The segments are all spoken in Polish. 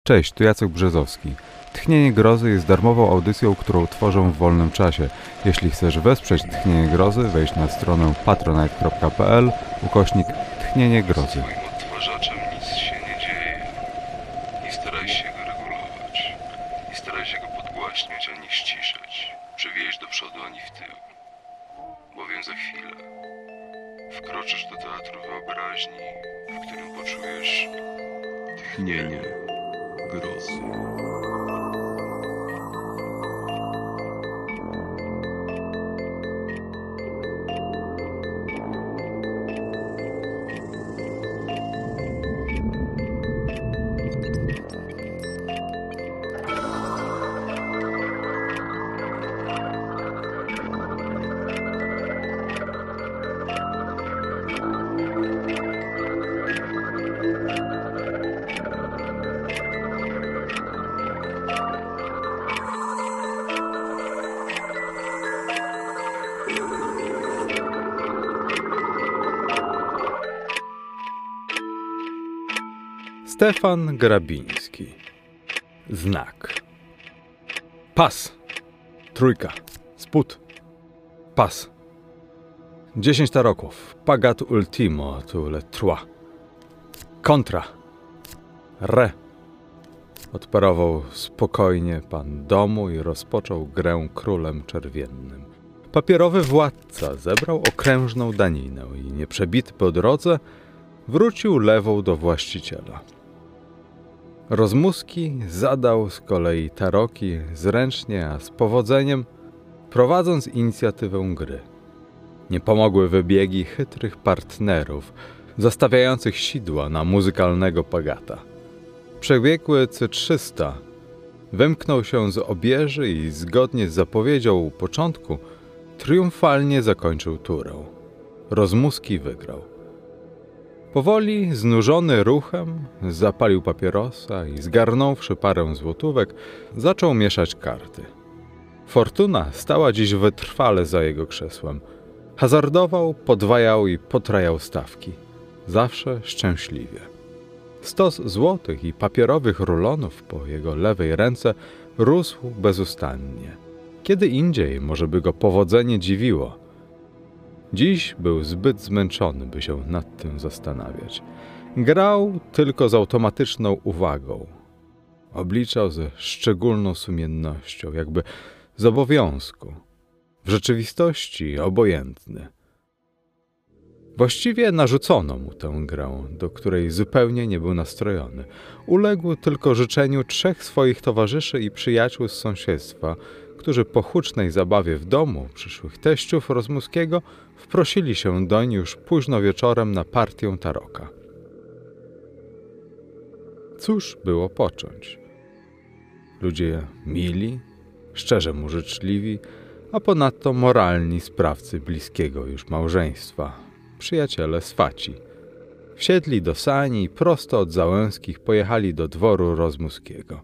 Cześć, tu Jacek Brzezowski. Tchnienie Grozy jest darmową audycją, którą tworzę w wolnym czasie. Jeśli chcesz wesprzeć Tchnienie Grozy, wejdź na stronę patronite.pl/Tchnienie Grozy. Swoim odtwarzaczem nic się nie dzieje. Nie staraj się go regulować. Nie staraj się go podgłaśniać ani ściszać. Przewieźć do przodu ani w tył. Bowiem za chwilę wkroczysz do teatru wyobraźni, w którym poczujesz tchnienie grozy. Stefan Grabiński. Znak. Pas. Trójka. Spód. Pas. 10 taroków. Pagat ultimo tu le trois. Kontra. Re. Odparował spokojnie pan domu i rozpoczął grę królem czerwiennym. Papierowy władca zebrał okrężną daninę i nieprzebity po drodze wrócił lewą do właściciela. Rozmuski zadał z kolei taroki zręcznie, a z powodzeniem, prowadząc inicjatywę gry. Nie pomogły wybiegi chytrych partnerów, zastawiających sidła na muzykalnego pagata. Przebiegły C300 wymknął się z obieży i zgodnie z zapowiedzią u początku triumfalnie zakończył turę. Rozmuski wygrał. Powoli, znużony ruchem, zapalił papierosa i zgarnąwszy parę złotówek, zaczął mieszać karty. Fortuna stała dziś wytrwale za jego krzesłem. Hazardował, podwajał i potrajał stawki. Zawsze szczęśliwie. 100 złotych i papierowych rulonów po jego lewej ręce rósł bezustannie. Kiedy indziej może by go powodzenie dziwiło. Dziś był zbyt zmęczony, by się nad tym zastanawiać. Grał tylko z automatyczną uwagą. Obliczał ze szczególną sumiennością, jakby z obowiązku. W rzeczywistości obojętny. Właściwie narzucono mu tę grę, do której zupełnie nie był nastrojony. Uległ tylko życzeniu 3 swoich towarzyszy i przyjaciół z sąsiedztwa, którzy po hucznej zabawie w domu przyszłych teściów Rozmuskiego wprosili się doń już późno wieczorem na partię taroka. Cóż było począć? Ludzie mili, szczerze mu życzliwi, a ponadto moralni sprawcy bliskiego już małżeństwa, przyjaciele swaci. Wsiedli do sani i prosto od Załęskich pojechali do dworu Rozmuskiego.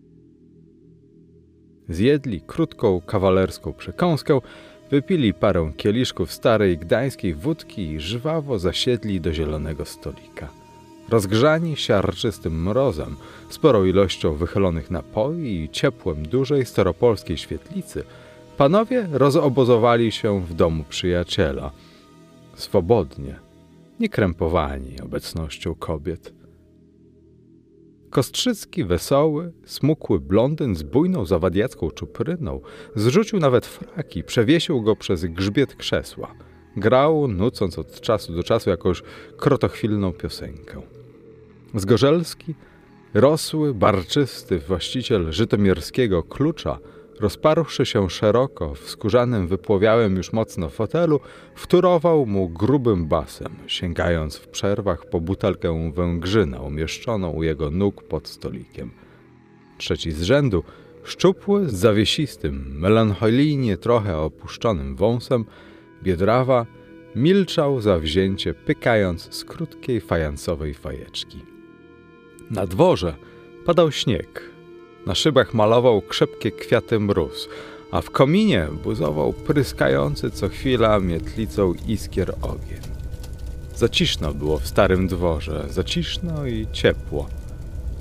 Zjedli krótką kawalerską przekąskę, wypili parę kieliszków starej gdańskiej wódki i żwawo zasiedli do zielonego stolika. Rozgrzani siarczystym mrozem, sporą ilością wychylonych napoi i ciepłem dużej staropolskiej świetlicy, panowie rozobozowali się w domu przyjaciela. Swobodnie, nie krępowani obecnością kobiet. Kostrzycki, wesoły, smukły blondyn z bujną zawadiacką czupryną zrzucił nawet frak i przewiesił go przez grzbiet krzesła. Grał, nucąc od czasu do czasu jakąś krotochwilną piosenkę. Zgorzelski, rosły, barczysty właściciel żytomierskiego klucza, rozparłszy się szeroko w skórzanym, wypłowiałym już mocno fotelu, wtórował mu grubym basem, sięgając w przerwach po butelkę węgrzyna umieszczoną u jego nóg pod stolikiem. Trzeci z rzędu, szczupły, z zawiesistym, melancholijnie trochę opuszczonym wąsem, biedrawa, milczał zawzięcie, pykając z krótkiej fajansowej fajeczki. Na dworze padał śnieg. Na szybach malował krzepkie kwiaty mróz, a w kominie buzował pryskający co chwila mietlicą iskier ogień. Zaciszno było w starym dworze, zaciszno i ciepło.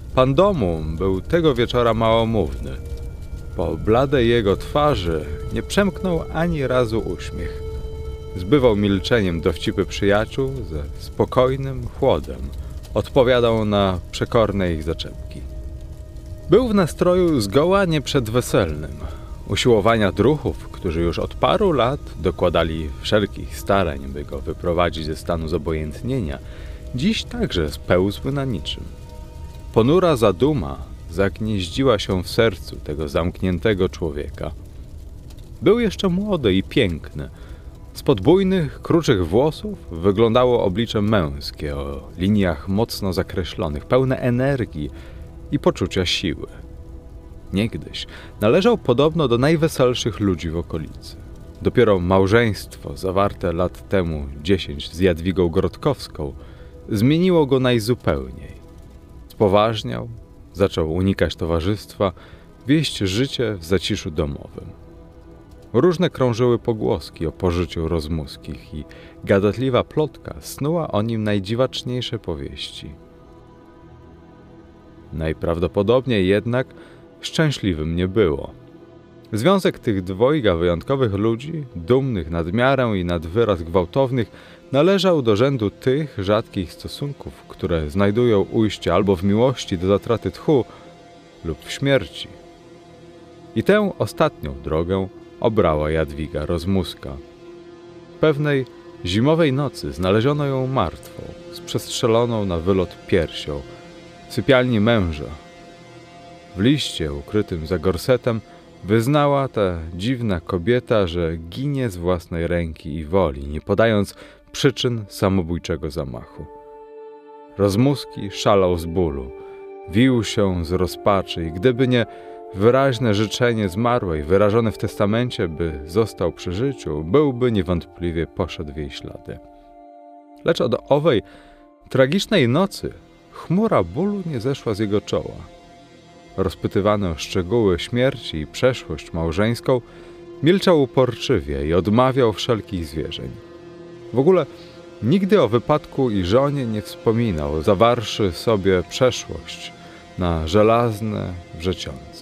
Pan domu był tego wieczora małomówny. Po bladej jego twarzy nie przemknął ani razu uśmiech. Zbywał milczeniem dowcipy przyjaciół, ze spokojnym chłodem odpowiadał na przekorne ich zaczepki. Był w nastroju zgoła nieprzedweselnym. Usiłowania druhów, którzy już od paru lat dokładali wszelkich starań, by go wyprowadzić ze stanu zobojętnienia, dziś także spełzły na niczym. Ponura zaduma zagnieździła się w sercu tego zamkniętego człowieka. Był jeszcze młody i piękny. Spod bujnych, kruczych włosów wyglądało oblicze męskie o liniach mocno zakreślonych, pełne energii i poczucia siły. Niegdyś należał podobno do najweselszych ludzi w okolicy. Dopiero małżeństwo zawarte lat temu 10 z Jadwigą Grodkowską zmieniło go najzupełniej. Spoważniał, zaczął unikać towarzystwa, wieść życie w zaciszu domowym. Różne krążyły pogłoski o pożyciu Rozmuskich i gadatliwa plotka snuła o nim najdziwaczniejsze powieści. Najprawdopodobniej jednak szczęśliwym nie było. Związek tych dwojga wyjątkowych ludzi, dumnych nad miarę i nad wyraz gwałtownych, należał do rzędu tych rzadkich stosunków, które znajdują ujście albo w miłości do zatraty tchu lub w śmierci. I tę ostatnią drogę obrała Jadwiga Rozmuska. Pewnej zimowej nocy znaleziono ją martwą, z przestrzeloną na wylot piersią, w sypialni męża. W liście ukrytym za gorsetem wyznała ta dziwna kobieta, że ginie z własnej ręki i woli, nie podając przyczyn samobójczego zamachu. Rozmuski szalał z bólu, wił się z rozpaczy i gdyby nie wyraźne życzenie zmarłej wyrażone w testamencie, by został przy życiu, byłby niewątpliwie poszedł w jej ślady. Lecz od owej tragicznej nocy chmura bólu nie zeszła z jego czoła. Rozpytywany o szczegóły śmierci i przeszłość małżeńską, milczał uporczywie i odmawiał wszelkich zwierzeń. W ogóle nigdy o wypadku i żonie nie wspominał, zawarszy sobie przeszłość na żelazne wrzeciące.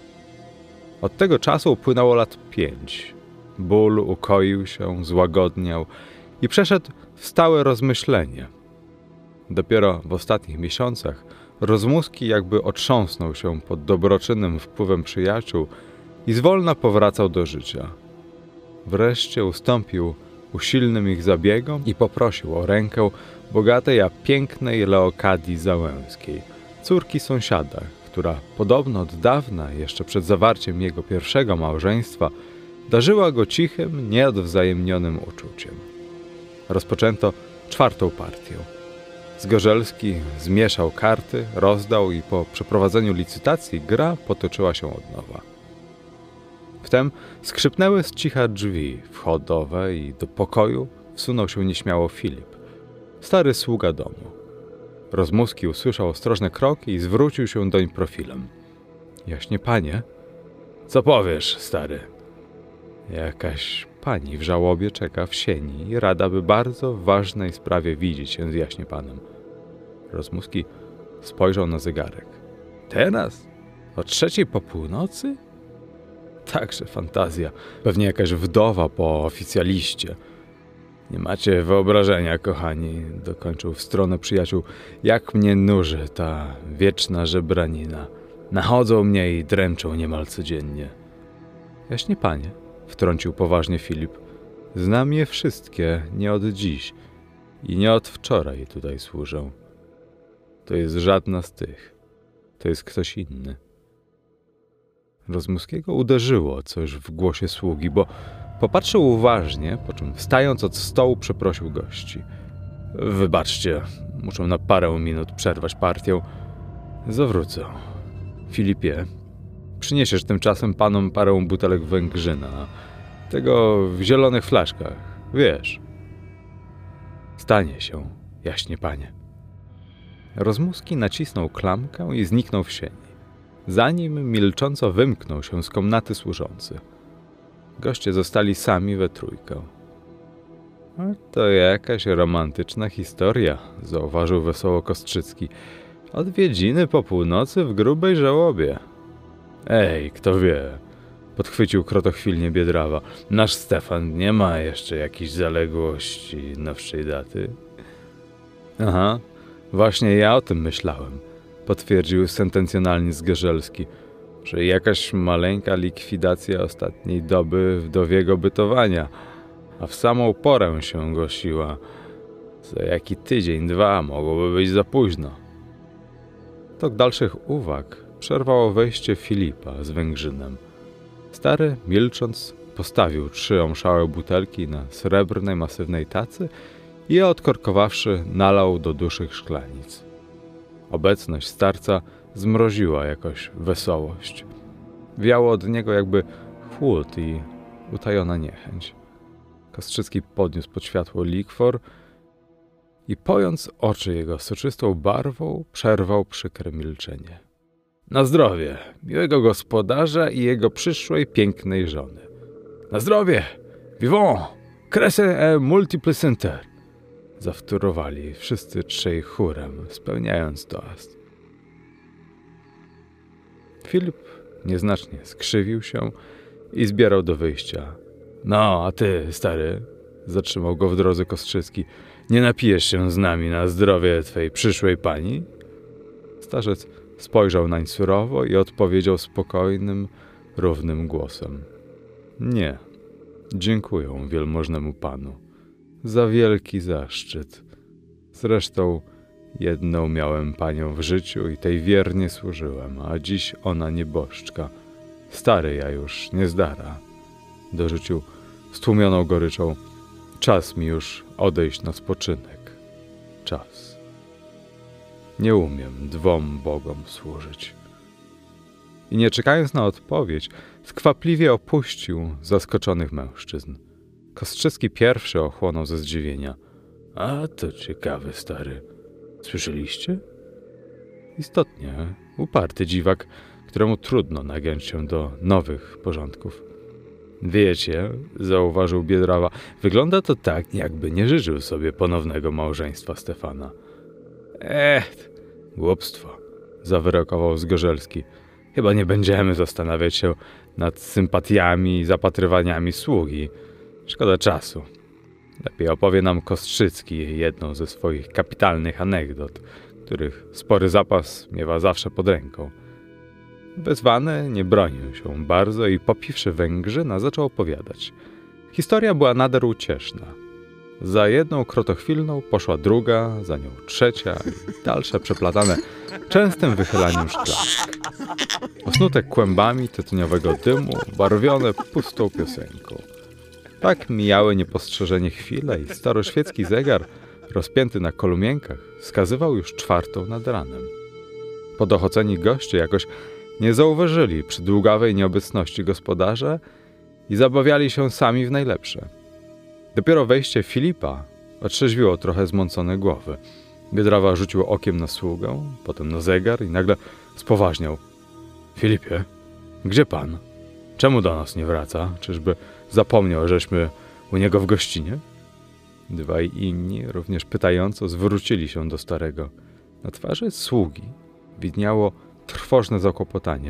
Od tego czasu upłynęło lat 5. Ból ukoił się, złagodniał i przeszedł w stałe rozmyślenie. Dopiero w ostatnich miesiącach Rozmuski jakby otrząsnął się pod dobroczynnym wpływem przyjaciół i zwolna powracał do życia. Wreszcie ustąpił usilnym ich zabiegom i poprosił o rękę bogatej, a pięknej Leokadii Załęskiej, córki sąsiada, która podobno od dawna, jeszcze przed zawarciem jego pierwszego małżeństwa, darzyła go cichym, nieodwzajemnionym uczuciem. Rozpoczęto 4. partię. Zgorzelski zmieszał karty, rozdał i po przeprowadzeniu licytacji gra potoczyła się od nowa. Wtem skrzypnęły z cicha drzwi wchodowe i do pokoju wsunął się nieśmiało Filip, stary sługa domu. Rozmuski usłyszał ostrożne kroki i zwrócił się doń profilem. Jaśnie panie? Co powiesz, stary? Jakaś pani w żałobie czeka w sieni i rada by bardzo w ważnej sprawie widzieć się z jaśnie panem. Rozmuski spojrzał na zegarek. Teraz? O 3 po północy? Także fantazja. Pewnie jakaś wdowa po oficjaliście. Nie macie wyobrażenia, kochani, dokończył w stronę przyjaciół, jak mnie nuży ta wieczna żebranina. Nachodzą mnie i dręczą niemal codziennie. Jaśnie panie, wtrącił poważnie Filip, znam je wszystkie nie od dziś i nie od wczoraj tutaj służę. To jest żadna z tych. To jest ktoś inny. Rozmuskiego uderzyło coś w głosie sługi, bo popatrzył uważnie, po czym wstając od stołu przeprosił gości. Wybaczcie, muszę na parę minut przerwać partię. Zawrócę. Filipie, przyniesiesz tymczasem panom parę butelek węgrzyna, tego w zielonych flaszkach, wiesz. Stanie się, jaśnie panie. Rozmuski nacisnął klamkę i zniknął w sieni. Za nim milcząco wymknął się z komnaty służący. Goście zostali sami we trójkę. To jakaś romantyczna historia, zauważył wesoło Kostrzycki. Odwiedziny po północy w grubej żałobie. Ej, kto wie, podchwycił krotochwilnie Biedrawa. Nasz Stefan nie ma jeszcze jakichś zaległości nowszej daty. Aha, właśnie ja o tym myślałem, potwierdził sentencjonalnie Zgorzelski, że jakaś maleńka likwidacja ostatniej doby wdowiego bytowania, a w samą porę się głosiła. Za jaki tydzień, dwa mogłoby być za późno. Tok dalszych uwag przerwało wejście Filipa z Węgrzynem. Stary, milcząc, postawił 3 omszałe butelki na srebrnej, masywnej tacy i je odkorkowawszy, nalał do dużych szklanic. Obecność starca zmroziła jakoś wesołość. Wiało od niego jakby chłód i utajona niechęć. Kostrzycki podniósł pod światło likwor i pojąc oczy jego soczystą barwą, przerwał przykre milczenie. Na zdrowie miłego gospodarza i jego przyszłej pięknej żony. Na zdrowie! Vivons! Crescent et multiples inter! Zawtórowali wszyscy 3 chórem, spełniając toast. Filip nieznacznie skrzywił się i zbierał do wyjścia. No, a ty, stary, zatrzymał go w drodze Kostrzycki, nie napijesz się z nami na zdrowie twej przyszłej pani? Starzec spojrzał nań surowo i odpowiedział spokojnym, równym głosem. Nie, dziękuję wielmożnemu panu. Za wielki zaszczyt. Zresztą jedną miałem panią w życiu i tej wiernie służyłem, a dziś ona nieboszczka. Stary ja już, niezdara. Dorzucił stłumioną goryczą. Czas mi już odejść na spoczynek. Czas. Nie umiem 2 bogom służyć. I nie czekając na odpowiedź, skwapliwie opuścił zaskoczonych mężczyzn. Kostrzycki pierwszy ochłonął ze zdziwienia. A to ciekawy, stary. Słyszeliście? Istotnie, uparty dziwak, któremu trudno nagiąć się do nowych porządków. Wiecie, zauważył Biedrawa, wygląda to tak, jakby nie życzył sobie ponownego małżeństwa Stefana. Głupstwo, zawyrokował Zgorzelski. Chyba nie będziemy zastanawiać się nad sympatiami i zapatrywaniami sługi. Szkoda czasu. Lepiej opowie nam Kostrzycki jedną ze swoich kapitalnych anegdot, których spory zapas miewa zawsze pod ręką. Wezwany nie bronił się bardzo i popiwszy Węgrzyna zaczął opowiadać. Historia była nader ucieszna. Za jedną krotochwilną poszła druga, za nią trzecia i dalsze przeplatane częstym wychylaniem szklanek. Osnute kłębami tytoniowego dymu, barwione pustą piosenką. Tak mijały niepostrzeżenie chwile i staroświecki zegar, rozpięty na kolumienkach, wskazywał już 4 nad ranem. Podochodzeni goście jakoś nie zauważyli przydługawej nieobecności gospodarza i zabawiali się sami w najlepsze. Dopiero wejście Filipa otrzeźwiło trochę zmącone głowy. Biedrawa rzucił okiem na sługę, potem na zegar i nagle spoważniał. Filipie, gdzie pan? Czemu do nas nie wraca? Czyżby zapomniał, żeśmy u niego w gościnie? 2 inni, również pytająco, zwrócili się do starego. Na twarzy sługi widniało trwożne zakłopotanie.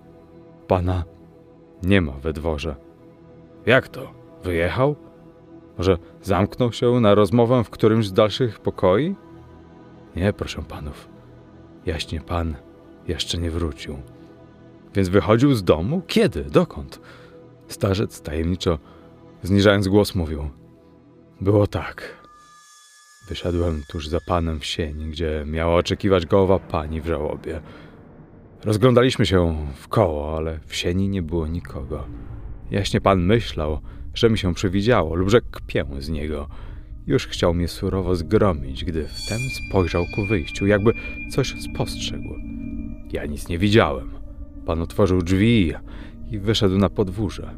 Pana nie ma we dworze. Jak to? Wyjechał? Może zamknął się na rozmowę w którymś z dalszych pokoi? Nie, proszę panów. Jaśnie pan jeszcze nie wrócił. Więc wychodził z domu? Kiedy? Dokąd? Starzec tajemniczo, zniżając głos, mówił. Było tak. Wyszedłem tuż za panem w sień, gdzie miała oczekiwać go owa pani w żałobie. Rozglądaliśmy się w koło, ale w sieni nie było nikogo. Jaśnie pan myślał, że mi się przywidziało lub że kpię z niego. Już chciał mnie surowo zgromić, gdy wtem spojrzał ku wyjściu, jakby coś spostrzegł. Ja nic nie widziałem. Pan otworzył drzwi i wyszedł na podwórze.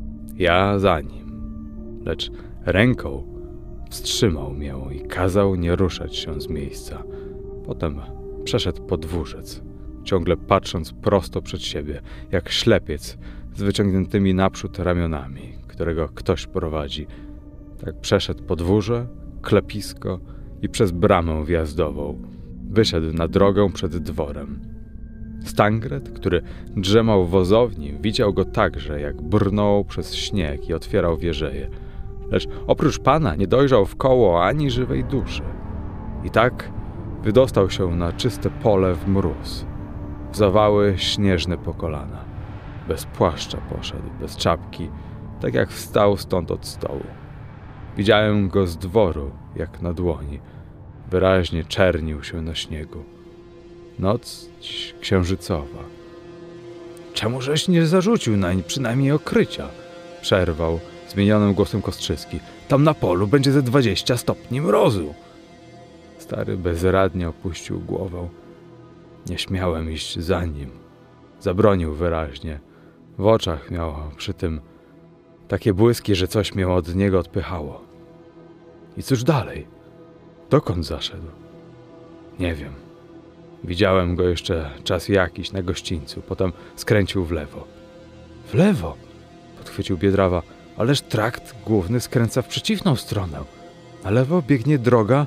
Ja za nim, lecz ręką wstrzymał mnie i kazał nie ruszać się z miejsca. Potem przeszedł podwórzec, ciągle patrząc prosto przed siebie, jak ślepiec z wyciągniętymi naprzód ramionami, którego ktoś prowadzi. Tak przeszedł podwórze, klepisko i przez bramę wjazdową. Wyszedł na drogę przed dworem. Stangret, który drzemał w wozowni, widział go także, jak brnął przez śnieg i otwierał wieżeję. Lecz oprócz pana nie dojrzał w koło ani żywej duszy. I tak wydostał się na czyste pole w mróz, w zawały śnieżne po kolana. Bez płaszcza poszedł, bez czapki, tak jak wstał stąd od stołu. Widziałem go z dworu, jak na dłoni. Wyraźnie czernił się na śniegu. Noc dziś księżycowa. Czemu żeś nie zarzucił nań przynajmniej okrycia? Przerwał zmienionym głosem Kostrzyski. Tam na polu będzie ze 20 stopni mrozu. Stary bezradnie opuścił głowę. Nie śmiałem iść za nim. Zabronił wyraźnie. W oczach miał przy tym takie błyski, że coś mnie od niego odpychało. I cóż dalej? Dokąd zaszedł? Nie wiem. Widziałem go jeszcze czas jakiś na gościńcu, potem skręcił w lewo. W lewo? Podchwycił Biedrawa. Ależ trakt główny skręca w przeciwną stronę. Na lewo biegnie droga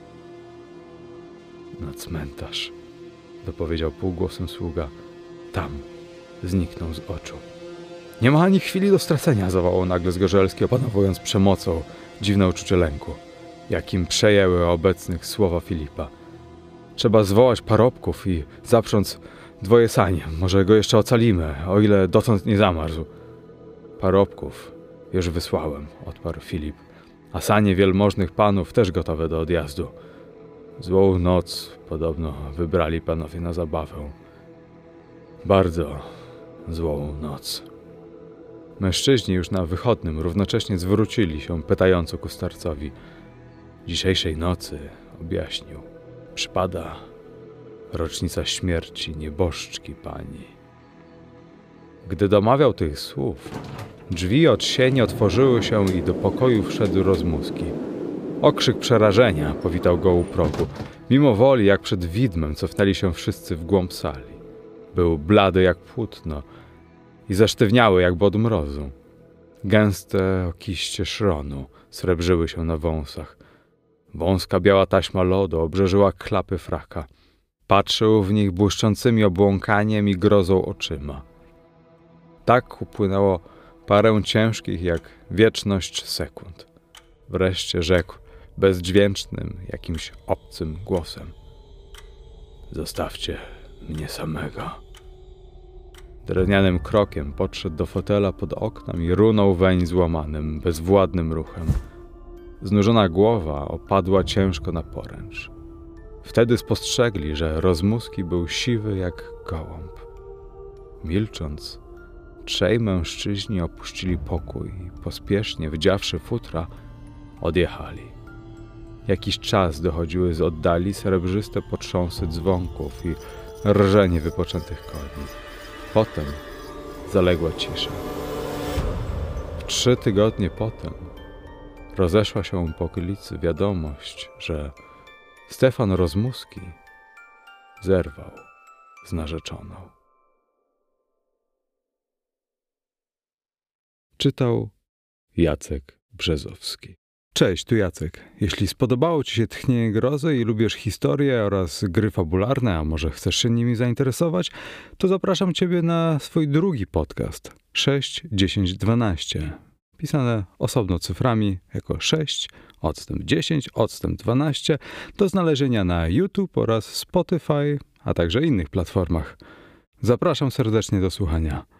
na cmentarz, dopowiedział półgłosem sługa. Tam zniknął z oczu. Nie ma ani chwili do stracenia, zawołał nagle Zgorzelski, opanowując przemocą dziwne uczucie lęku, jakim przejęły obecnych słowa Filipa. Trzeba zwołać parobków i zaprząc 2 sanie. Może go jeszcze ocalimy, o ile dotąd nie zamarzł. Parobków już wysłałem, odparł Filip, a sanie wielmożnych panów też gotowe do odjazdu. Złą noc podobno wybrali panowie na zabawę. Bardzo złą noc. Mężczyźni już na wychodnym równocześnie zwrócili się pytająco ku starcowi. Dzisiejszej nocy, objaśnił, przypada rocznica śmierci nieboszczki pani. Gdy domawiał tych słów, drzwi od sieni otworzyły się i do pokoju wszedł Rozmuski. Okrzyk przerażenia powitał go u progu. Mimo woli, jak przed widmem, cofnęli się wszyscy w głąb sali. Był blady jak płótno i zesztywniały jakby od mrozu. Gęste okiście szronu srebrzyły się na wąsach. Wąska biała taśma lodu obrzeżyła klapy fraka. Patrzył w nich błyszczącymi obłąkaniem i grozą oczyma. Tak upłynęło parę ciężkich jak wieczność sekund. Wreszcie rzekł bezdźwięcznym, jakimś obcym głosem. Zostawcie mnie samego. Drewnianym krokiem podszedł do fotela pod oknem i runął weń złamanym, bezwładnym ruchem. Znużona głowa opadła ciężko na poręcz. Wtedy spostrzegli, że Rozmuski był siwy jak gołąb. Milcząc, 3 mężczyźni opuścili pokój i pospiesznie, wdziawszy futra, odjechali. Jakiś czas dochodziły z oddali srebrzyste potrząsy dzwonków i rżenie wypoczętych koni. Potem zaległa cisza. 3 tygodnie potem rozeszła się po okolicy wiadomość, że Stefan Rozmuski zerwał z narzeczoną. Czytał Jacek Brzezowski. Cześć, tu Jacek. Jeśli spodobało Ci się Tchnienie Grozy i lubisz historię oraz gry fabularne, a może chcesz się nimi zainteresować, to zapraszam Ciebie na swój drugi podcast 6, 10, 12. Pisane osobno cyframi jako 6, odstęp 10, odstęp 12 do znalezienia na YouTube oraz Spotify, a także innych platformach. Zapraszam serdecznie do słuchania.